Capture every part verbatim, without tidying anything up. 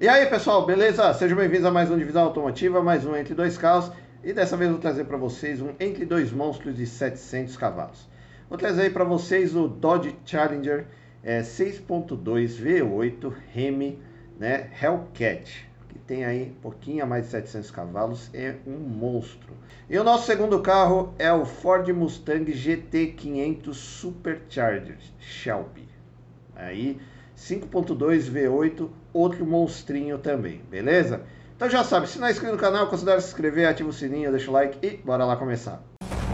E aí pessoal, beleza? Sejam bem-vindos a mais um Divisão Automotiva, mais um Entre Dois Carros. E dessa vez eu vou trazer para vocês um Entre Dois Monstros de setecentos cavalos. Vou trazer aí para vocês o Dodge Challenger é, seis ponto dois V oito Hemi, né, Hellcat, que tem aí um pouquinho a mais de setecentos cavalos, é um monstro. E o nosso segundo carro é o Ford Mustang G T quinhentos Supercharger Shelby. Aí cinco ponto dois V oito, outro monstrinho também, beleza? Então já sabe, se não é inscrito no canal, considere se inscrever, ativa o sininho, deixa o like e bora lá começar.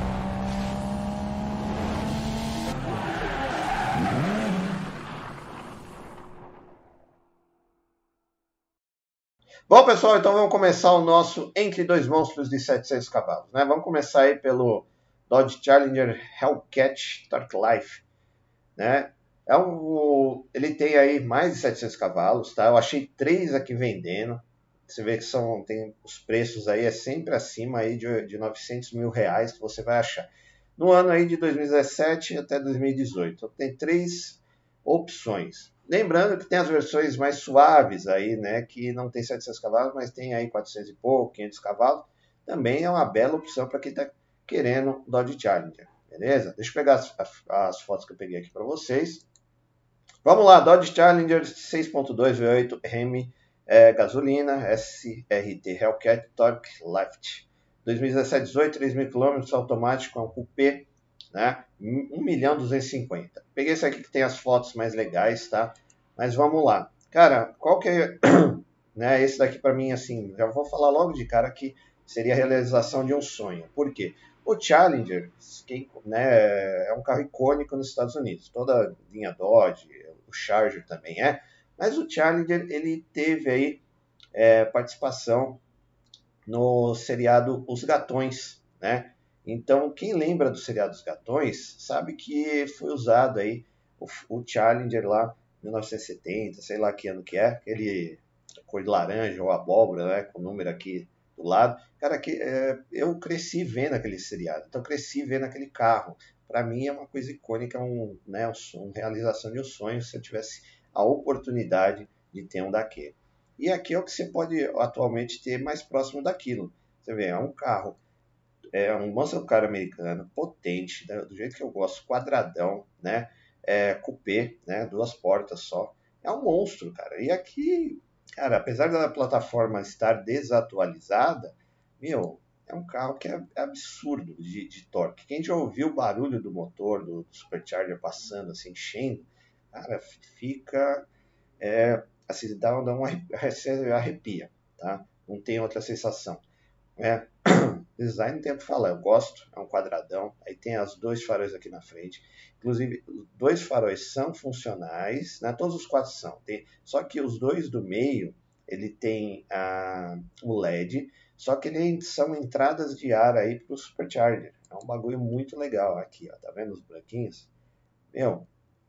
Bom pessoal, então vamos começar o nosso Entre Dois Monstros de setecentos cavalos, né? Vamos começar aí pelo Dodge Challenger Hellcat Torque Life, né? É um, ele tem aí mais de setecentos cavalos, tá? Eu achei três aqui vendendo. Você vê que são, tem os preços aí, é sempre acima aí de, de novecentos mil reais que você vai achar. No ano aí de dois mil e dezessete até dois mil e dezoito. Então tem três opções. Lembrando que tem as versões mais suaves aí, né? Que não tem setecentos cavalos, mas tem aí quatrocentos e pouco, quinhentos cavalos. Também é uma bela opção para quem está querendo Dodge Challenger. Beleza? Deixa eu pegar as, as fotos que eu peguei aqui para vocês. Vamos lá, Dodge Challenger seis ponto dois V oito Hemi, é, gasolina, S R T Hellcat Torque Life. dois mil e dezessete, dezoito, três mil quilômetros, automático, é um coupé, né? um milhão duzentos e cinquenta. Peguei esse aqui que tem as fotos mais legais, tá? Mas vamos lá. Cara, qual que é... né, esse daqui para mim, assim, já vou falar logo de cara que seria a realização de um sonho. Por quê? O Challenger, quem, né, é um carro icônico nos Estados Unidos. Toda a linha Dodge, o Charger também é. Mas o Challenger, ele teve aí é, participação no seriado Os Gatões, né? Então, quem lembra do seriado Os Gatões, sabe que foi usado aí o, o Challenger lá, mil novecentos e setenta, sei lá que ano que é, aquele cor de laranja ou abóbora, né, com o número aqui do lado. Cara, que, é, eu cresci vendo aquele seriado, então cresci vendo aquele carro. Para mim é uma coisa icônica, um, né, um, uma realização de um sonho se eu tivesse a oportunidade de ter um daquele. E aqui é o que você pode atualmente ter mais próximo daquilo. Você vê, é um carro, é um muscle car americano, potente, né, do jeito que eu gosto, quadradão, né, é, coupé, né, duas portas só. É um monstro, cara. E aqui, cara, apesar da plataforma estar desatualizada, meu, é um carro que é absurdo de, de torque. Quem já ouviu o barulho do motor, do, do Supercharger passando, assim, enchendo, cara, fica... É, assim, dá, dá um arrepia, tá? Não tem outra sensação. É, design não tem o que falar, eu gosto, é um quadradão, aí tem os dois faróis aqui na frente, inclusive os dois faróis são funcionais, né? Todos os quatro são, tem, só que os dois do meio, ele tem ah, o L E D, só que ele são entradas de ar aí para o Supercharger, é um bagulho muito legal aqui, ó, tá vendo os branquinhos? Meu,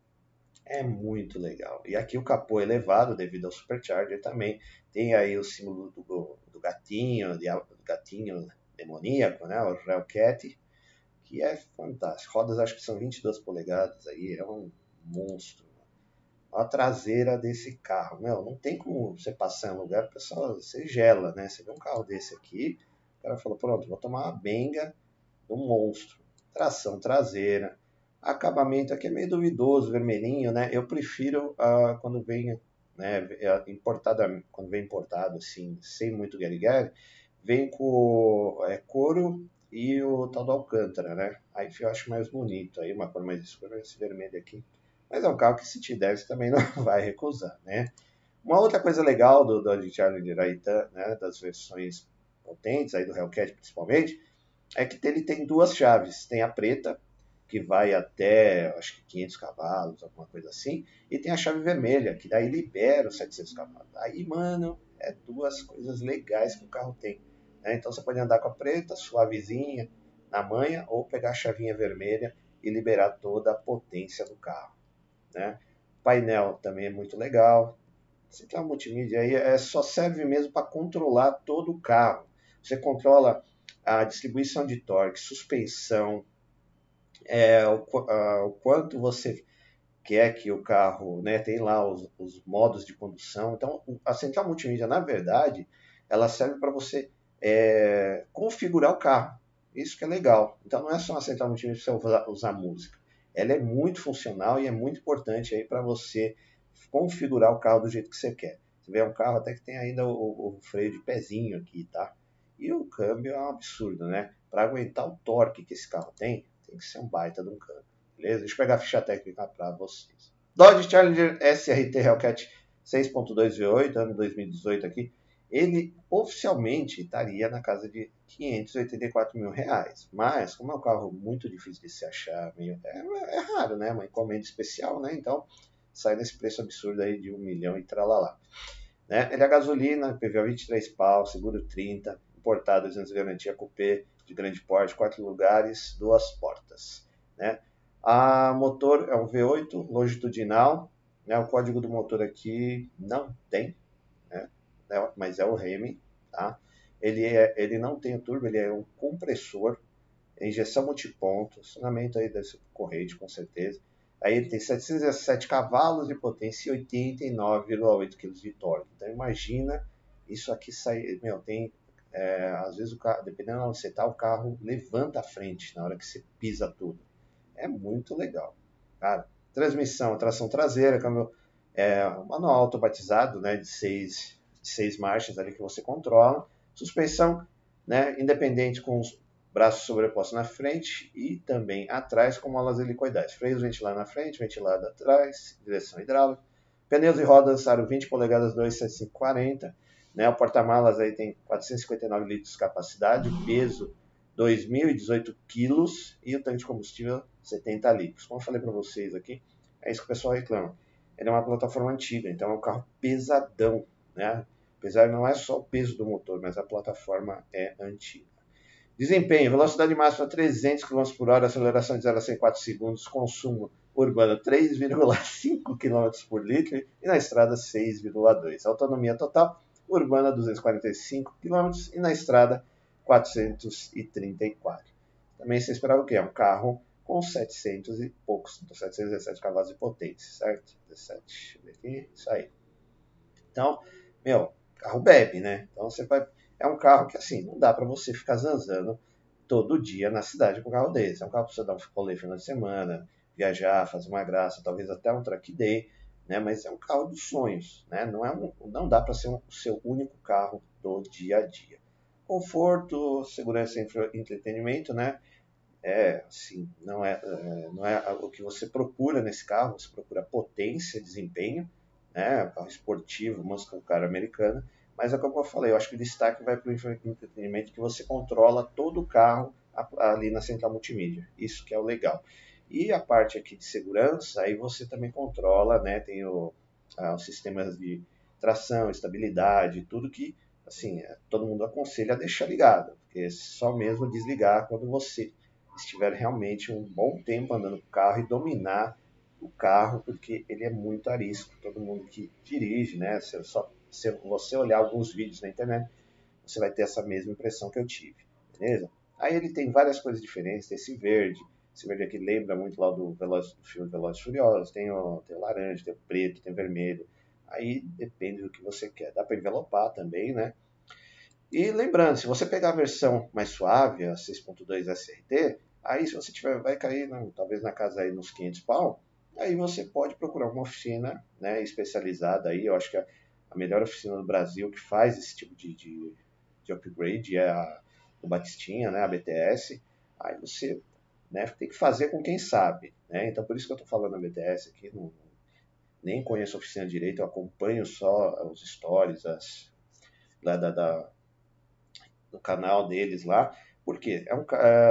é muito legal. E aqui o capô elevado devido ao Supercharger também. Tem aí o símbolo do, do gatinho, do gatinho demoníaco, né? O Hellcat, que é fantástico. Rodas acho que são vinte e duas polegadas aí, é um monstro. Olha a traseira desse carro, meu, não tem como você passar em um lugar, o pessoal, você gela, né? Você vê um carro desse aqui, o cara falou, pronto, vou tomar uma benga do monstro. Tração traseira. Acabamento aqui é meio duvidoso, vermelhinho, né? Eu prefiro uh, quando vem, né, importado, quando vem importado assim, sem muito guerigueri, vem com é, couro e o tal do Alcântara, né? Aí eu acho mais bonito, aí uma cor mais escura, esse vermelho aqui. Mas é um carro que se te der, você também não vai recusar, né? Uma outra coisa legal do Dodge Challenger aí, né, das versões potentes, aí do Hellcat principalmente, é que ele tem duas chaves. Tem a preta, que vai até, acho que quinhentos cavalos, alguma coisa assim, e tem a chave vermelha, que daí libera os setecentos cavalos. Aí, mano, é duas coisas legais que o carro tem, né? Então você pode andar com a preta, suavezinha, na manha, ou pegar a chavinha vermelha e liberar toda a potência do carro, né? O painel também é muito legal. Você tem uma multimídia aí, é, só serve mesmo para controlar todo o carro. Você controla a distribuição de torque, suspensão, é, o, a, o quanto você quer que o carro, né, tem lá os, os modos de condução. Então, a central multimídia, na verdade, ela serve para você é, configurar o carro. Isso que é legal. Então, não é só uma central multimídia para você usar, usar música. Ela é muito funcional e é muito importante aí para você configurar o carro do jeito que você quer. Se tiver um carro até que tem ainda o, o, o freio de pezinho aqui, tá? E o câmbio é um absurdo, né? Para aguentar o torque que esse carro tem, tem que ser um baita de um câmbio. Beleza? Deixa eu pegar a ficha técnica para vocês. Dodge Challenger S R T Hellcat seis ponto dois V oito, ano dois mil e dezoito aqui. Ele oficialmente estaria na casa de quinhentos e oitenta e quatro mil reais. Mas, como é um carro muito difícil de se achar, meio, é, é raro, né? Uma encomenda especial, né? Então, sai nesse preço absurdo aí de um milhão e tralalá. Né? Ele é gasolina, P V A vinte e três pau, seguro trinta, importado duzentos de garantia, cupê de grande porte, quatro lugares, duas portas. Né? A motor é um V oito longitudinal, né? O código do motor aqui não tem, né? Mas é o R E M, tá? Ele, é, ele não tem o turbo, ele é um compressor, injeção multiponto, acionamento aí desse corrente com certeza. Aí ele tem setecentos e dezessete cavalos de potência e oitenta e nove vírgula oito quilos de torque. Então imagina isso aqui sair, meu, tem é, às vezes o carro, dependendo de onde você está, o carro levanta a frente na hora que você pisa tudo. É muito legal, cara. Transmissão, tração traseira, câmbio é, manual automatizado, né, de seis, de seis marchas ali que você controla. Suspensão, né, independente com os braços sobrepostos na frente e também atrás com molas helicoidais. Freios ventilados na frente, ventilado atrás, direção hidráulica. Pneus e rodas aro vinte polegadas dois mil setecentos e quarenta. Né, o porta-malas aí tem quatrocentos e cinquenta e nove litros de capacidade, o peso dois mil e dezoito quilos e o tanque de combustível setenta litros. Como eu falei para vocês aqui, é isso que o pessoal reclama. Ele é uma plataforma antiga, então é um carro pesadão, né? Apesar de não é só o peso do motor, mas a plataforma é antiga. Desempenho, velocidade máxima trezentos quilômetros por hora, aceleração de zero a cem em quatro segundos, consumo urbano três vírgula cinco quilômetros por litro e na estrada seis vírgula dois. Autonomia total, urbana duzentos e quarenta e cinco quilômetros e na estrada quatrocentos e trinta e quatro. Também você esperava o quê? Um carro com setecentos e poucos, setecentos e dezessete cavalos de potência, certo? dezessete, deixa eu ver aqui, isso aí. Então, meu, carro bebe, né? Então você vai... É um carro que, assim, não dá para você ficar zanzando todo dia na cidade com um carro desse. É um carro para você dar um rolê no final de semana, viajar, fazer uma graça, talvez até um track day, né? Mas é um carro dos sonhos, né? Não, é um, não dá para ser o um, seu único carro do dia a dia. Conforto, segurança e entretenimento, né? É, assim, não é, não é o que você procura nesse carro, você procura potência, desempenho, né? Carro esportivo, muscle car americana, mas é como eu falei, eu acho que o destaque vai para o entretenimento, que você controla todo o carro ali na central multimídia, isso que é o legal. E a parte aqui de segurança, aí você também controla, né? Tem o, ah, os sistemas de tração, estabilidade, tudo que, assim, todo mundo aconselha a deixar ligado, porque é só mesmo desligar quando você estiver realmente um bom tempo andando com o carro e dominar o carro, porque ele é muito arisco. Todo mundo que dirige, né? Se, só, se você olhar alguns vídeos na internet, você vai ter essa mesma impressão que eu tive, beleza? Aí ele tem várias coisas diferentes, tem esse verde, esse verde aqui lembra muito lá do, Veloz, do filme Velozes e Furiosos, tem o, tem o laranja, tem o preto, tem o vermelho, aí depende do que você quer. Dá para envelopar também, né? E lembrando, se você pegar a versão mais suave, a seis ponto dois S R T, aí se você tiver, vai cair não, talvez na casa aí nos quinhentos pau, aí você pode procurar uma oficina, né, especializada aí, eu acho que a, a melhor oficina do Brasil que faz esse tipo de, de, de upgrade é a do Batistinha, né, a B T S, aí você, né, tem que fazer com quem sabe, né, então por isso que eu estou falando a B T S aqui, não, nem conheço a oficina direito, eu acompanho só os stories, as, da, da, da no canal deles lá, porque é, um,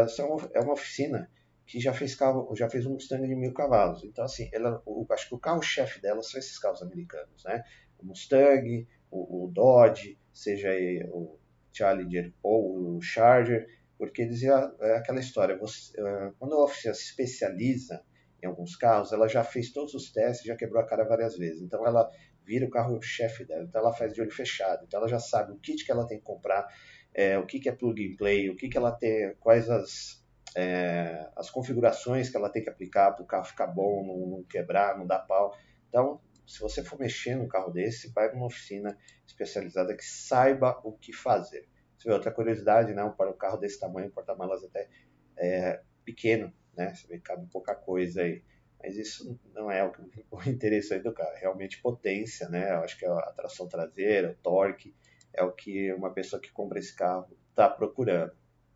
é uma oficina que já fez carro, já fez um Mustang de mil cavalos. Então, assim, ela, o, acho que o carro-chefe dela são esses carros americanos, né? O Mustang, o, o Dodge, seja o Challenger ou o Charger, porque eles já, é aquela história, você, quando a oficina se especializa em alguns carros, ela já fez todos os testes, já quebrou a cara várias vezes. Então, ela vira o carro-chefe dela. Então, ela faz de olho fechado. Então, ela já sabe o kit que ela tem que comprar, é, o que, que é plug and play, o que, que ela tem, quais as, é, as configurações que ela tem que aplicar para o carro ficar bom, não, não quebrar, não dar pau. Então, se você for mexer num carro desse, vai numa oficina especializada que saiba o que fazer. Você vê, outra curiosidade, né? Para um carro desse tamanho, um porta-malas até é, pequeno, né? Você vê que cabe pouca coisa aí. Mas isso não é o, o interessante do carro, é realmente potência, né? Eu acho que a tração traseira, o torque, é o que uma pessoa que compra esse carro está procurando.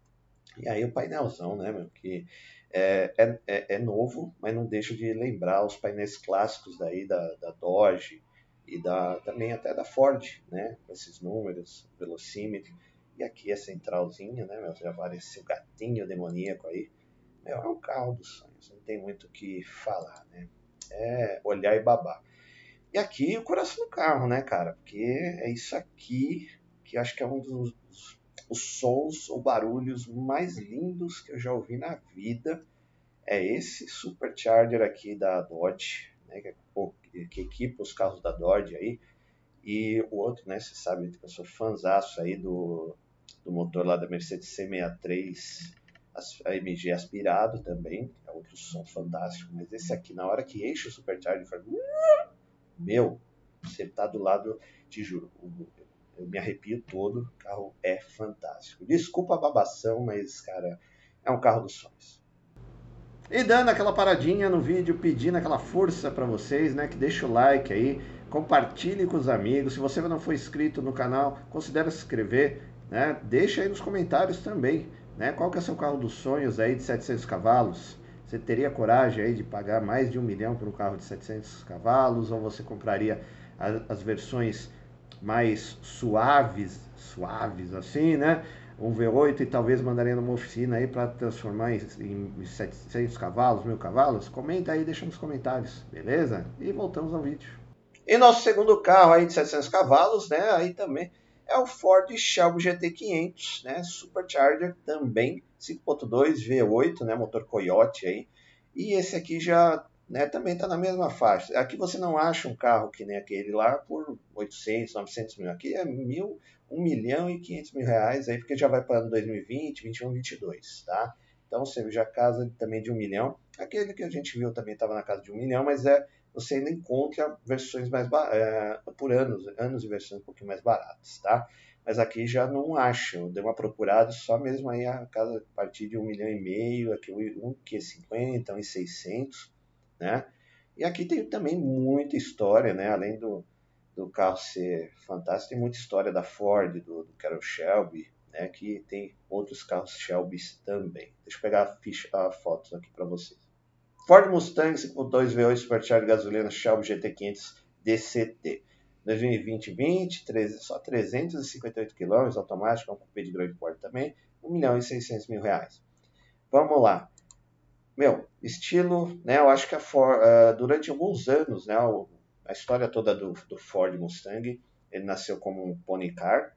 E aí o painelzão, né, meu, que é, é, é, é novo, mas não deixa de lembrar os painéis clássicos daí da, da Dodge e da, também até da Ford, né, com esses números, velocímetro. E aqui a centralzinha, né, meu, já aparece o gatinho demoníaco aí. Meu, é um carro dos sonhos, não tem muito o que falar, né. É olhar e babar. E aqui o coração do carro, né, cara, porque é isso aqui que acho que é um dos os sons ou barulhos mais lindos que eu já ouvi na vida. É esse Supercharger aqui da Dodge, né, que, que equipa os carros da Dodge aí. E o outro, né, você sabe que eu sou fãzaço aí do, do motor lá da Mercedes C sessenta e três, a M G aspirado também, é outro som fantástico. Mas esse aqui, na hora que enche o Supercharger, faz... Meu, você tá do lado, te juro, eu me arrepio todo, o carro é fantástico. Desculpa a babação, mas, cara, é um carro dos sonhos. E dando aquela paradinha no vídeo, pedindo aquela força para vocês, né, que deixa o like aí, compartilhe com os amigos. Se você não for inscrito no canal, considere se inscrever, né? Deixa aí nos comentários também, né, qual que é o seu carro dos sonhos aí de setecentos cavalos. Você teria coragem aí de pagar mais de um milhão por um carro de setecentos cavalos, ou você compraria as, as versões mais suaves, suaves assim, né? Um V oito e talvez mandaria numa oficina aí para transformar em, em setecentos cavalos, mil cavalos? Comenta aí, deixa nos comentários, beleza? E voltamos ao vídeo. E nosso segundo carro aí de setecentos cavalos, né? Aí também é o Ford Shelby G T quinhentos, né? Supercharger também, cinco ponto dois V oito, né? Motor Coyote aí. E esse aqui já, né, também está na mesma faixa. Aqui você não acha um carro que nem aquele lá por oitocentos, novecentos mil. Aqui é mil, um milhão e quinhentos mil reais, aí, porque já vai para o ano dois mil e vinte, vinte e um, vinte e dois, tá? Então você já casa também de um milhão. Aquele que a gente viu também estava na casa de um milhão, mas é, você ainda encontra versões mais é, por anos, anos e versões um pouquinho mais baratas, tá? Mas aqui já não acho. Eu dei uma procurada só mesmo aí a casa a partir de um milhão e meio, aqui um que cinquenta, um e seiscentos, né? E aqui tem também muita história, né? Além do, do carro ser fantástico, tem muita história da Ford, do, do Carroll Shelby, né? Que tem outros carros Shelby também. Deixa eu pegar a, ficha, a foto aqui para vocês. Ford Mustang cinco ponto dois V oito Supercharger gasolina Shelby G T quinhentos D C T. dois mil e vinte, vinte, só trezentos e cinquenta e oito quilômetros, automático, é um cupê de grande porte também, um milhão e seiscentos mil reais. Vamos lá. Meu, estilo, né, eu acho que a Ford, uh, durante alguns anos, né, a história toda do, do Ford Mustang, ele nasceu como um pony car,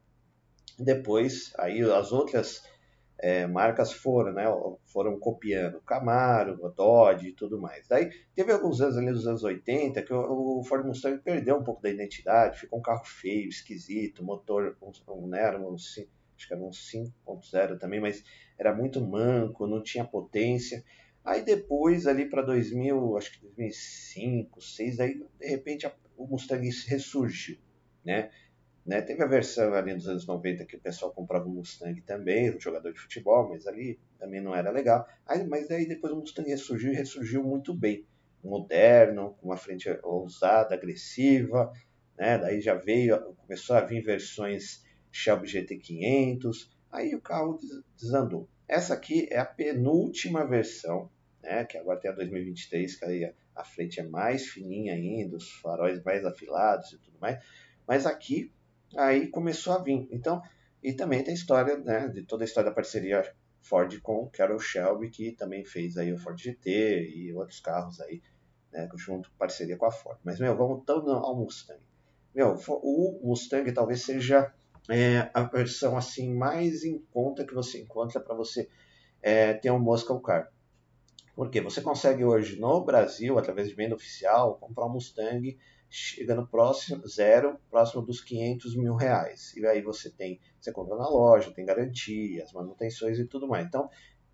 depois, aí as outras é, marcas foram, né, foram copiando Camaro, Dodge e tudo mais. Daí teve alguns anos ali nos anos oitenta que o, o Ford Mustang perdeu um pouco da identidade, ficou um carro feio, esquisito, motor, um, né, era um, acho que era um cinco ponto zero também, mas era muito manco, não tinha potência. Aí depois, ali para dois mil, acho que dois mil e cinco, dois mil e seis, aí de repente a, o Mustang ressurgiu, né? Né? Teve a versão ali dos anos noventa que o pessoal comprava um Mustang também, um jogador de futebol, mas ali também não era legal. Aí, mas daí depois o Mustang ressurgiu e ressurgiu muito bem. Moderno, com uma frente ousada, agressiva, né? Daí já veio, começou a vir versões Shelby G T quinhentos, aí o carro desandou. Essa aqui é a penúltima versão, né? Que agora tem a dois mil e vinte e três, que aí a frente é mais fininha ainda, os faróis mais afilados e tudo mais. Mas aqui aí começou a vir. Então, e também tem a história, né, de toda a história da parceria Ford com Carroll Shelby, que também fez aí o Ford G T e outros carros aí, né, junto parceria com a Ford. Mas, meu, vamos então ao Mustang. Meu, o Mustang talvez seja é, a versão assim mais em conta que você encontra para você é, ter um Muscle Car. Porque você consegue hoje no Brasil, através de venda oficial, comprar um Mustang chegando próximo, zero, próximo dos quinhentos mil reais. E aí você tem, você compra na loja, tem garantias, manutenções e tudo mais. Então,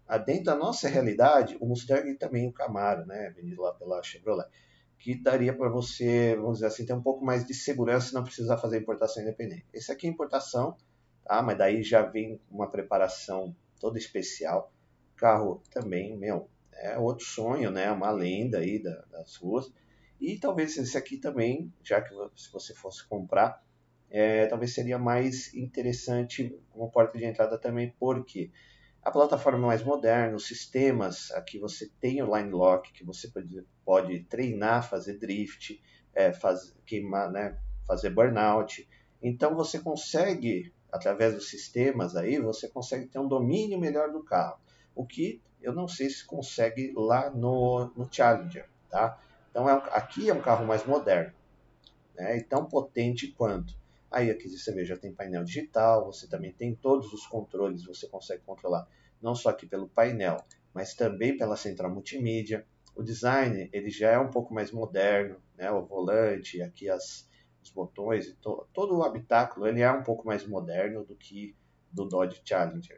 dentro da nossa realidade, o Mustang e também o Camaro, né, vendido lá pela Chevrolet, que daria para você, vamos dizer assim, ter um pouco mais de segurança e não precisar fazer importação independente. Esse aqui é importação, tá? Mas daí já vem uma preparação toda especial. Carro também, meu, é outro sonho, né? Uma lenda aí da, das ruas. E talvez esse aqui também, já que se você fosse comprar, é, talvez seria mais interessante como porta de entrada também, porque a plataforma mais moderna, os sistemas, aqui você tem o Line Lock, que você pode, pode treinar, fazer drift, é, faz, queimar, né, fazer burnout. Então você consegue, através dos sistemas aí, você consegue ter um domínio melhor do carro. O que eu não sei se consegue lá no, no Challenger, tá? Então é um, aqui é um carro mais moderno, né, e tão potente quanto. Aí aqui você vê, já tem painel digital, você também tem todos os controles, você consegue controlar não só aqui pelo painel, mas também pela central multimídia. O design ele já é um pouco mais moderno, né, o volante, aqui as, os botões, e to, todo o habitáculo ele é um pouco mais moderno do que do Dodge Challenger.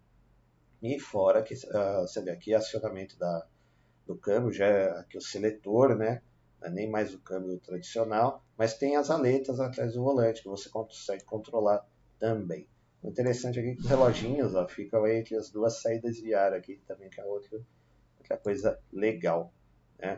E fora que uh, você vê aqui acionamento da, do câmbio, já é aqui o seletor, né? Não é nem mais o câmbio tradicional, mas tem as aletas atrás do volante que você consegue controlar também. O interessante aqui é que os reloginhos ó, ficam entre as duas saídas de ar aqui também, que é outra, outra coisa legal, né?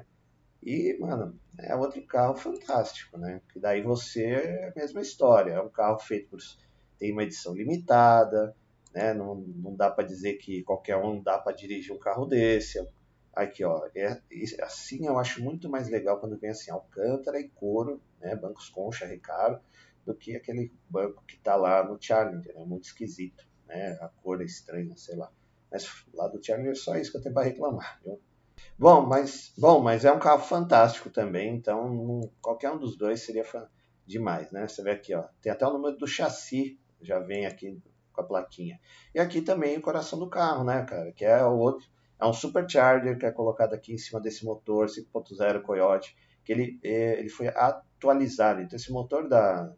E, mano, é outro carro fantástico, né? Que daí você é a mesma história, é um carro feito por... tem uma edição limitada, né? Não, não dá para dizer que qualquer um dá para dirigir um carro desse. Aqui, ó, é, assim eu acho muito mais legal quando vem assim, Alcântara e couro, né? Bancos Concha, Recaro, do que aquele banco que tá lá no Challenger, é né? Muito esquisito, né? A cor é estranha, sei lá. Mas lá do Challenger é só isso que eu tenho para reclamar, viu? Bom, mas, bom, mas é um carro fantástico também, então não- qualquer um dos dois seria fa- demais, né? Você vê aqui, ó, tem até o número do chassi, já vem aqui com a plaquinha. E aqui também o coração do carro, né, cara? Que é o outro, é um Supercharger que é colocado aqui em cima desse motor cinco ponto zero Coyote, que ele, eh, ele foi atualizado. Então esse motor da,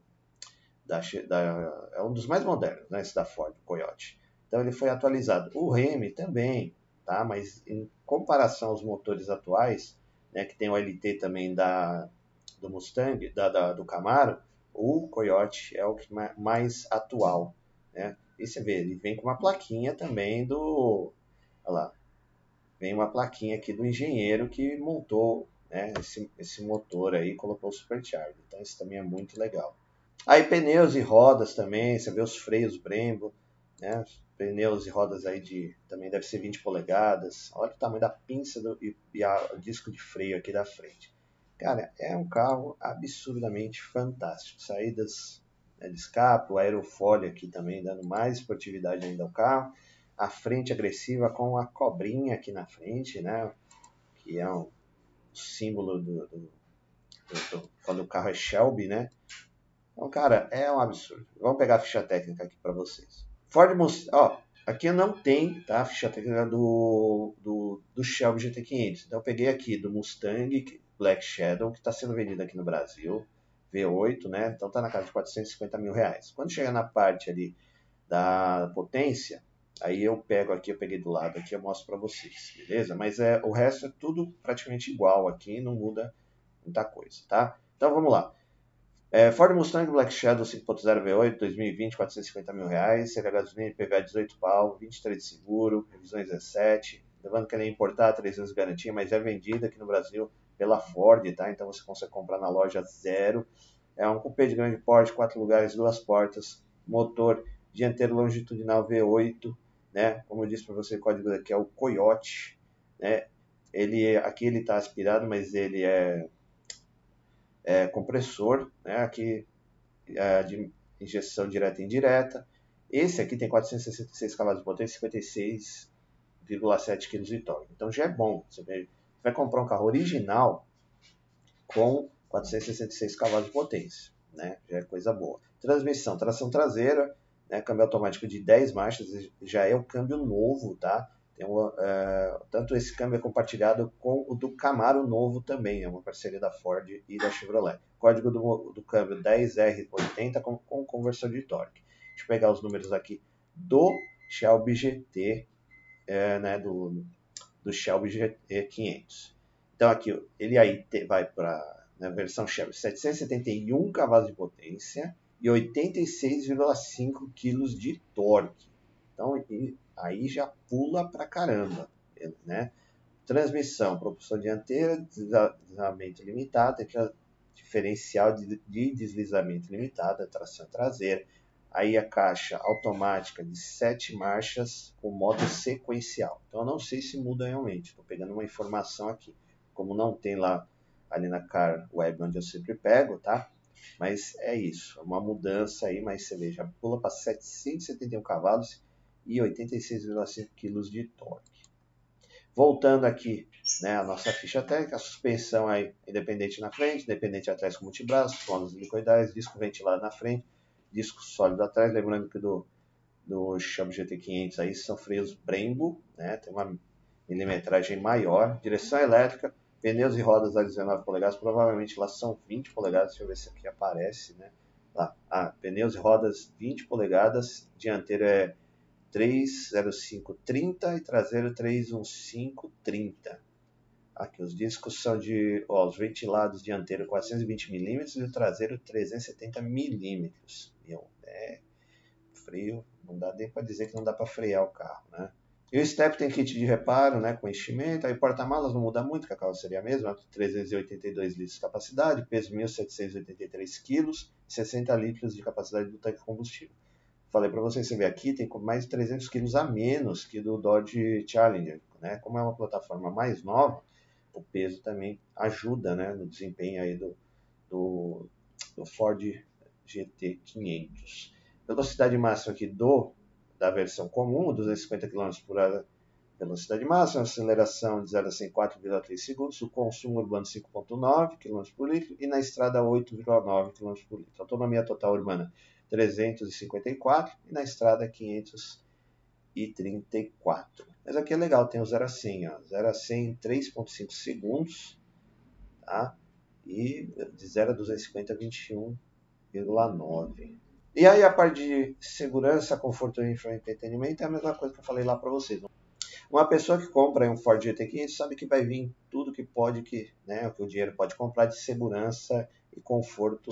da, da- é um dos mais modernos, né? Esse da Ford, o Coyote. Então ele foi atualizado. O Hemi também, tá? Mas em comparação aos motores atuais, né, que tem o L T também da, do Mustang, da, da, do Camaro, o Coyote é o que mais, mais atual, né? E você vê, ele vem com uma plaquinha também do... Olha lá, vem uma plaquinha aqui do engenheiro que montou, né, esse, esse motor aí e colocou o Supercharger. Então isso também é muito legal. Aí pneus e rodas também, você vê os freios Brembo, né? Pneus e rodas aí de também deve ser vinte polegadas. Olha o tamanho da pinça do, e, e a, o disco de freio aqui da frente. Cara, é um carro absurdamente fantástico. Saídas, né, de escape, o aerofólio aqui também dando mais esportividade ainda ao carro. A frente agressiva com a cobrinha aqui na frente, né? Que é um símbolo do, do, do, do quando o carro é Shelby, né? Então, cara, é um absurdo. Vamos pegar a ficha técnica aqui para vocês. Ford Mustang, ó, aqui não tem, tá, a ficha técnica do, do, do Shelby G T quinhentos. Então eu peguei aqui do Mustang Black Shadow, que está sendo vendido aqui no Brasil, V oito, né? Então tá na casa de quatrocentos e cinquenta mil reais. Quando chegar na parte ali da potência, aí eu pego aqui, eu peguei do lado aqui, eu mostro para vocês, beleza? Mas é, o resto é tudo praticamente igual aqui, não muda muita coisa, tá? Então vamos lá. É, Ford Mustang Black Shadow cinco ponto zero V oito dois mil e vinte, quatrocentos e cinquenta mil reais, C V gasolina, I P V A dezoito pau, vinte e três de seguro, revisões dezessete, lembrando que ele é importado, três anos de garantia, mas é vendido aqui no Brasil pela Ford, tá? Então você consegue comprar na loja zero. É um cupê de grande porte, quatro lugares, duas portas, motor dianteiro longitudinal V oito, né? Como eu disse para você, o código aqui é o Coyote, né? Ele, aqui ele está aspirado, mas ele é é, compressor, né? Aqui é, de injeção direta e indireta. Esse aqui tem quatrocentos e sessenta e seis cavalos de potência e cinquenta e seis vírgula sete quilos de torque. Então já é bom. Você vai comprar um carro original com quatrocentos e sessenta e seis cavalos de potência, né? Já é coisa boa. Transmissão, tração traseira, né? Câmbio automático de dez marchas, já é o câmbio novo, tá? Tem uma, é, tanto esse câmbio é compartilhado com o do Camaro novo também, é uma parceria da Ford e da Chevrolet. Código do, do câmbio dez R oitenta com, com conversor de torque. Deixa eu pegar os números aqui do Shelby G T é, né, do, do Shelby G T quinhentos. Então aqui ele aí te, vai para a versão Shelby setecentos e setenta e um cavalos de potência e oitenta e seis vírgula cinco quilos de torque. Então aí já pula pra caramba, né? Transmissão, propulsão dianteira, deslizamento limitado, diferencial de, de deslizamento limitado, tração traseira. Aí a caixa automática de sete marchas com modo sequencial. Então eu não sei se muda realmente. Estou pegando uma informação aqui. Como não tem lá ali na Car Web onde eu sempre pego, tá? Mas é isso. É uma mudança aí, mas você vê, já pula para setecentos e setenta e um cavalos e oitenta e seis vírgula cinco quilos de torque. Voltando aqui, né, a nossa ficha técnica, a suspensão aí independente na frente, independente atrás com multibraços, planos helicoidais, disco ventilado na frente, disco sólido atrás, lembrando que do, do Shelby G T quinhentos aí são freios Brembo, né, tem uma milimetragem maior, direção elétrica, pneus e rodas a dezenove polegadas, provavelmente lá são vinte polegadas, deixa eu ver se aqui aparece, né, lá, ah, pneus e rodas vinte polegadas, dianteiro é três zero cinco trinta e traseiro três um cinco trinta. Aqui os discos são de, ó, os ventilados dianteiro quatrocentos e vinte milímetros e o traseiro trezentos e setenta milímetros. É freio, não dá nem para dizer que não dá para frear o carro, né? E o step tem kit de reparo, né, com enchimento. Aí porta-malas não muda muito, que a carroceria mesma, trezentos e oitenta e dois litros de capacidade, peso mil setecentos e oitenta e três quilos, sessenta litros de capacidade do tanque de combustível. Falei para vocês, você vê aqui, tem mais de trezentos quilos a menos que do Dodge Challenger, né? Como é uma plataforma mais nova, o peso também ajuda, né, no desempenho aí do, do, do Ford G T quinhentos. Velocidade máxima aqui do, da versão comum, duzentos e cinquenta quilômetros por hora, velocidade máxima, aceleração de zero a cem em quatro vírgula três segundos, o consumo urbano cinco vírgula nove quilômetros por litro e na estrada oito vírgula nove quilômetros por litro. Autonomia total urbana trezentos e cinquenta e quatro e na estrada quinhentos e trinta e quatro. Mas aqui é legal, tem o zero a cem, ó. zero a cem em três vírgula cinco segundos, tá? E de zero a duzentos e cinquenta, vinte e um vírgula nove. E aí a parte de segurança, conforto e entretenimento é a mesma coisa que eu falei lá para vocês. Uma pessoa que compra um Ford G T quinhentos sabe que vai vir tudo que pode, que, né, que o dinheiro pode comprar de segurança e conforto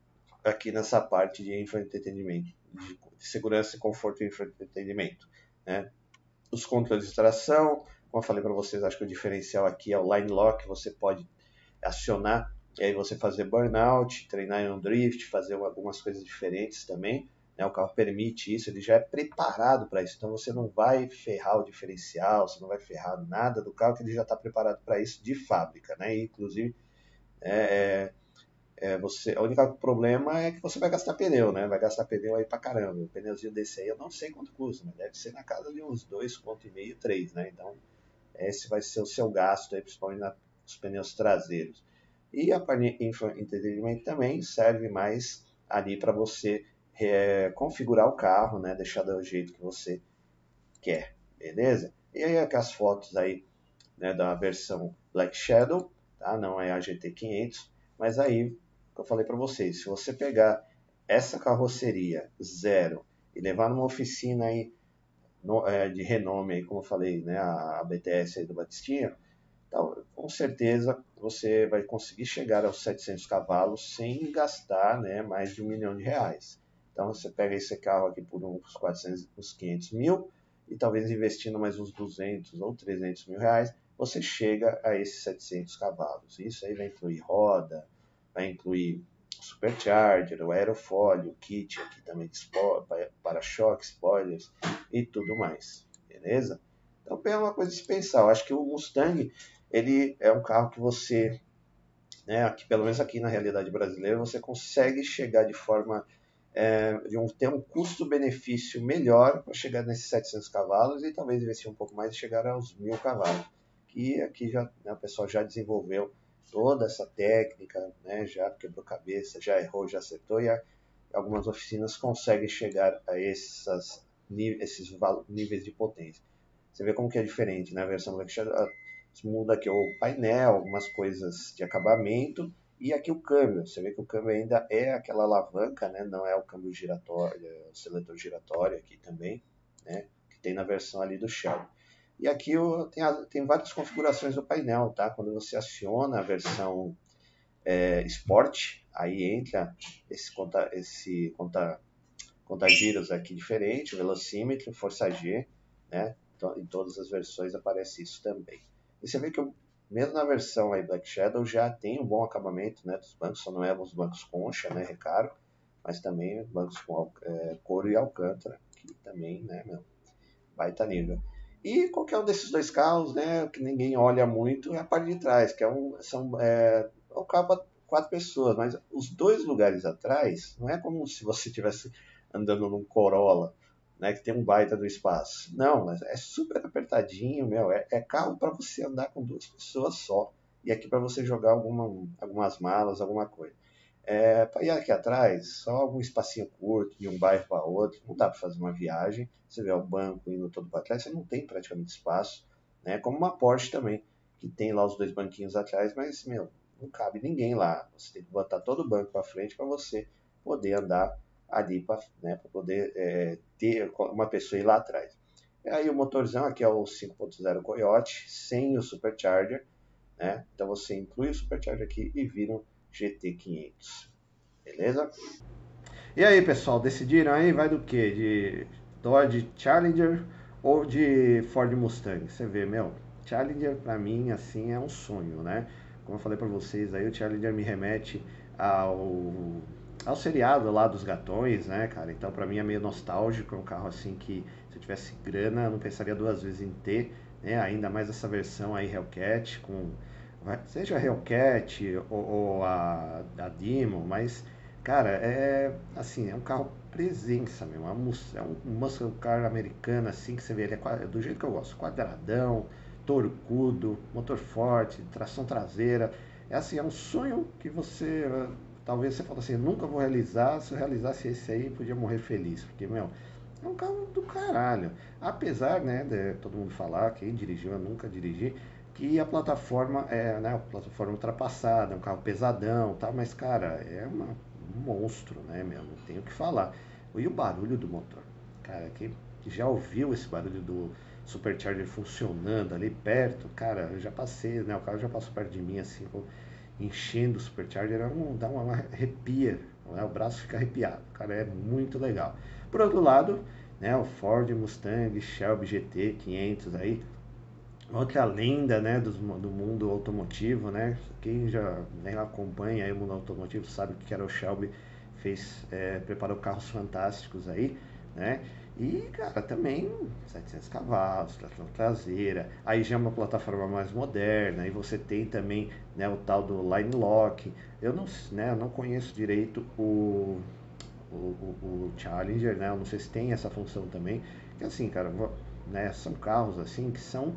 aqui nessa parte de infoentretenimento, de segurança, conforto e infoentretenimento, né? Os controles de tração, como eu falei para vocês, acho que o diferencial aqui é o Line Lock, você pode acionar e aí você fazer burnout, treinar em um drift, fazer algumas coisas diferentes também, né? O carro permite isso, ele já é preparado para isso, então você não vai ferrar o diferencial, você não vai ferrar nada do carro, que ele já está preparado para isso de fábrica, né? E, inclusive, é, é, você, o único problema é que você vai gastar pneu, né? Vai gastar pneu aí pra caramba. O pneuzinho desse aí eu não sei quanto custa, mas deve ser na casa de uns dois vírgula cinco, três, né? Então, esse vai ser o seu gasto aí, principalmente nos pneus traseiros. E a parte de infoentretenimento também serve mais ali para você é, configurar o carro, né? Deixar do jeito que você quer, beleza? E aí aqui as fotos aí, né, da versão Black Shadow, tá? Não é a G T quinhentos, mas aí que eu falei para vocês, se você pegar essa carroceria zero e levar numa oficina aí no, é, de renome, aí, como eu falei, né, a, a B T S aí do Batistinha, então, com certeza você vai conseguir chegar aos setecentos cavalos sem gastar, né, mais de um milhão de reais. Então você pega esse carro aqui por uns quatrocentos, uns quinhentos mil e talvez investindo mais uns duzentos ou trezentos mil reais, você chega a esses setecentos cavalos. Isso aí vai incluir roda, vai incluir o supercharger, o aerofólio, o kit aqui também de para-choque, spoilers e tudo mais, beleza? Então é uma coisa de se pensar. Eu acho que o Mustang ele é um carro que você, né, aqui, pelo menos aqui na realidade brasileira, você consegue chegar de forma é, de um, ter um custo-benefício melhor para chegar nesses setecentos cavalos e talvez investir um pouco mais e chegar aos mil cavalos. Que aqui já, né, o pessoal já desenvolveu toda essa técnica, né, já quebrou cabeça, já errou, já acertou, e a, algumas oficinas conseguem chegar a essas, esses níveis de potência. Você vê como que é diferente, né? A versão Black Shadow muda aqui o painel, algumas coisas de acabamento, e aqui o câmbio. Você vê que o câmbio ainda é aquela alavanca, né? Não é o câmbio giratório, é o seletor giratório aqui também, né? Que tem na versão ali do Shelby. E aqui eu, tem, a, tem várias configurações do painel, tá? Quando você aciona a versão é, Sport, aí entra esse conta, esse conta, conta giros aqui diferente, o velocímetro, força G, né? Então, em todas as versões aparece isso também. E você vê que eu, mesmo na versão aí Black Shadow já tem um bom acabamento, né, dos bancos, só não é os bancos concha, né, recaro, mas também bancos com é, couro e alcântara, que também, né, meu, baita nível. E qualquer um desses dois carros, né, que ninguém olha muito, é a parte de trás, que é um, são, é, é um carro para quatro pessoas, mas os dois lugares atrás, não é como se você estivesse andando num Corolla, né, que tem um baita do espaço. Não, mas é super apertadinho, meu, é, é carro para você andar com duas pessoas só. E aqui para você jogar alguma, algumas malas, alguma coisa. É, para ir aqui atrás, só algum espacinho curto de um bairro para outro, não dá para fazer uma viagem. Você vê o banco indo todo para trás, você não tem praticamente espaço, né? Como uma Porsche também, que tem lá os dois banquinhos atrás, mas meu, não cabe ninguém lá. Você tem que botar todo o banco para frente para você poder andar ali, para né, poder é, ter uma pessoa ir lá atrás. E aí o motorzão aqui é o cinco ponto zero Coyote, sem o Supercharger, né? Então você inclui o Supercharger aqui e vira um G T quinhentos. Beleza? E aí, pessoal, decidiram aí? Vai do que? De Dodge Challenger ou de Ford Mustang? Você vê, meu, Challenger pra mim, assim, é um sonho, né? Como eu falei pra vocês aí, o Challenger me remete ao, ao seriado lá dos gatões, né, cara? Então pra mim é meio nostálgico, é um carro assim que se eu tivesse grana eu não pensaria duas vezes em ter, né? Ainda mais essa versão aí Hellcat, com, seja a Hellcat ou, ou a, a Demon, mas cara, é assim, é um carro presença mesmo, é um, é um muscle car americano assim que você vê, ele é do jeito que eu gosto, quadradão, torcudo, motor forte, tração traseira, é assim, é um sonho que você, talvez você fale assim, nunca vou realizar, se eu realizasse esse aí, podia morrer feliz, porque, meu, é um carro do caralho, apesar, né, de todo mundo falar, quem dirigiu, eu nunca dirigi, que a plataforma é, né, a plataforma ultrapassada, é um carro pesadão, tá, mas, cara, é uma um monstro, né, meu? Não tenho o que falar. E o barulho do motor? Cara, quem já ouviu esse barulho do Supercharger funcionando ali perto? Cara, eu já passei, né? O carro já passou perto de mim, assim, enchendo o Supercharger, é um, dá uma arrepia, né? O braço fica arrepiado. Cara, é muito legal. Por outro lado, né, o Ford Mustang Shelby G T quinhentos aí, outra lenda, né, do, do mundo automotivo, né? Quem já né, acompanha aí o mundo automotivo sabe que era o Shelby, fez, é, preparou carros fantásticos aí, né? E, cara, também setecentos cavalos, tração traseira, aí já é uma plataforma mais moderna, e você tem também, né, o tal do Line Lock. Eu não, né, eu não conheço direito o, o, o, o Challenger, né? Eu não sei se tem essa função também, que assim, cara, né, são carros assim que são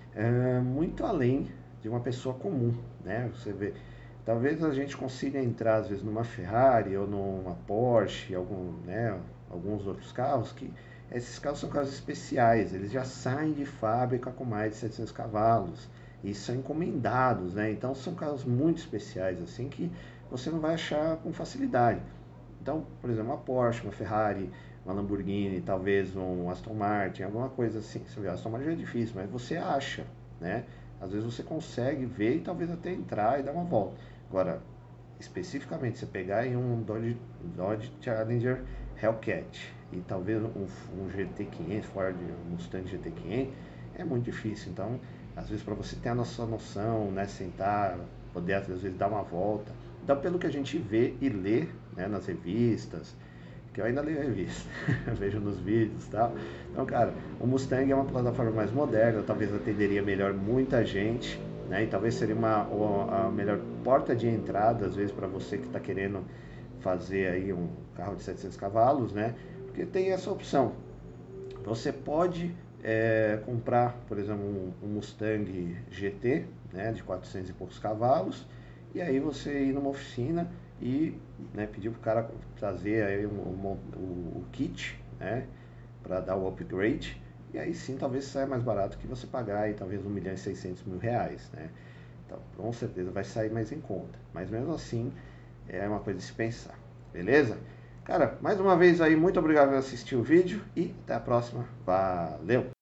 é, muito além de uma pessoa comum, né? Você vê, talvez a gente consiga entrar às vezes numa Ferrari ou numa Porsche, algum, né, alguns outros carros que esses carros são carros especiais, eles já saem de fábrica com mais de setecentos cavalos e são encomendados, né? Então são carros muito especiais assim que você não vai achar com facilidade. Então, por exemplo, uma Porsche, uma Ferrari, uma Lamborghini, talvez um Aston Martin, alguma coisa assim. Você vê, Aston Martin é difícil, mas você acha, né? Às vezes você consegue ver e talvez até entrar e dar uma volta. Agora, especificamente, você pegar em um Dodge, Dodge Challenger Hellcat e talvez um, um G T quinhentos, Ford Mustang G T quinhentos, é muito difícil. Então, às vezes para você ter a nossa noção, né, sentar, poder às vezes dar uma volta. Então, pelo que a gente vê e lê, né, nas revistas, que eu ainda leio revista, vejo nos vídeos e tal. Então, cara, o Mustang é uma plataforma mais moderna, talvez atenderia melhor muita gente, né? E talvez seria uma, a melhor porta de entrada, às vezes, para você que está querendo fazer aí um carro de setecentos cavalos, né? Porque tem essa opção. Você pode é, comprar, por exemplo, um, um Mustang G T, né, de quatrocentos e poucos cavalos, e aí você ir numa oficina e né, pedir para o cara trazer aí um, um, o, o kit, né, para dar o upgrade, e aí sim talvez saia mais barato que você pagar aí, talvez um milhão e seiscentos mil reais, né? Então, com certeza vai sair mais em conta, mas mesmo assim é uma coisa de se pensar, beleza? Cara, mais uma vez aí, muito obrigado por assistir o vídeo e até a próxima. Valeu!